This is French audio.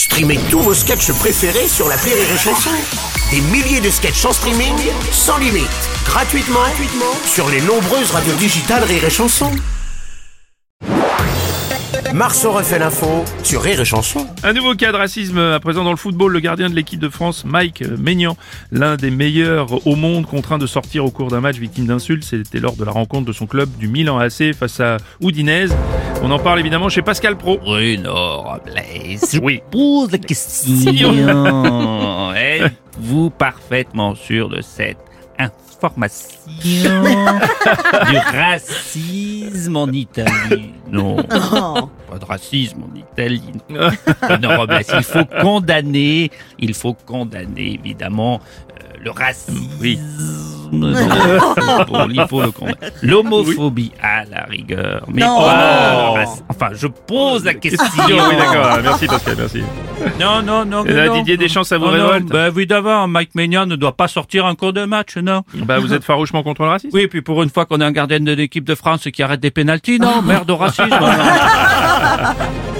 Streamez tous vos sketchs préférés sur l'appli Rire et Chanson. Des milliers de sketchs en streaming, sans limite, gratuitement sur les nombreuses radios digitales Rire et Chanson. Marceau refait l'info sur Rire et Chanson. Un nouveau cas de racisme à présent dans le football. Le gardien de l'équipe de France, Mike Maignan, l'un des meilleurs au monde, contraint de sortir au cours d'un match victime d'insultes. C'était lors de la rencontre de son club du Milan AC face à Udinese. On en parle évidemment chez Pascal Pro. Bruno Robles, Oui. pose la question. Êtes-vous parfaitement sûr de cette information du racisme en Italie? Non, pas de racisme en Italie. Bruno Robles, il faut condamner évidemment le racisme. Oui. Il faut le condamner. L'homophobie à la rigueur. Mais Non. pas le racisme. Enfin, je pose la question. Oui, d'accord. Merci Pascal, merci. Non. Et là, Didier Deschamps, ça vous révolte? Bah évidemment, Mike Maignan ne doit pas sortir en cours de match, non. Bah, vous êtes farouchement contre le racisme? Oui, puis pour une fois qu'on a un gardien de l'équipe de France qui arrête des pénaltys, non, merde au racisme. Non.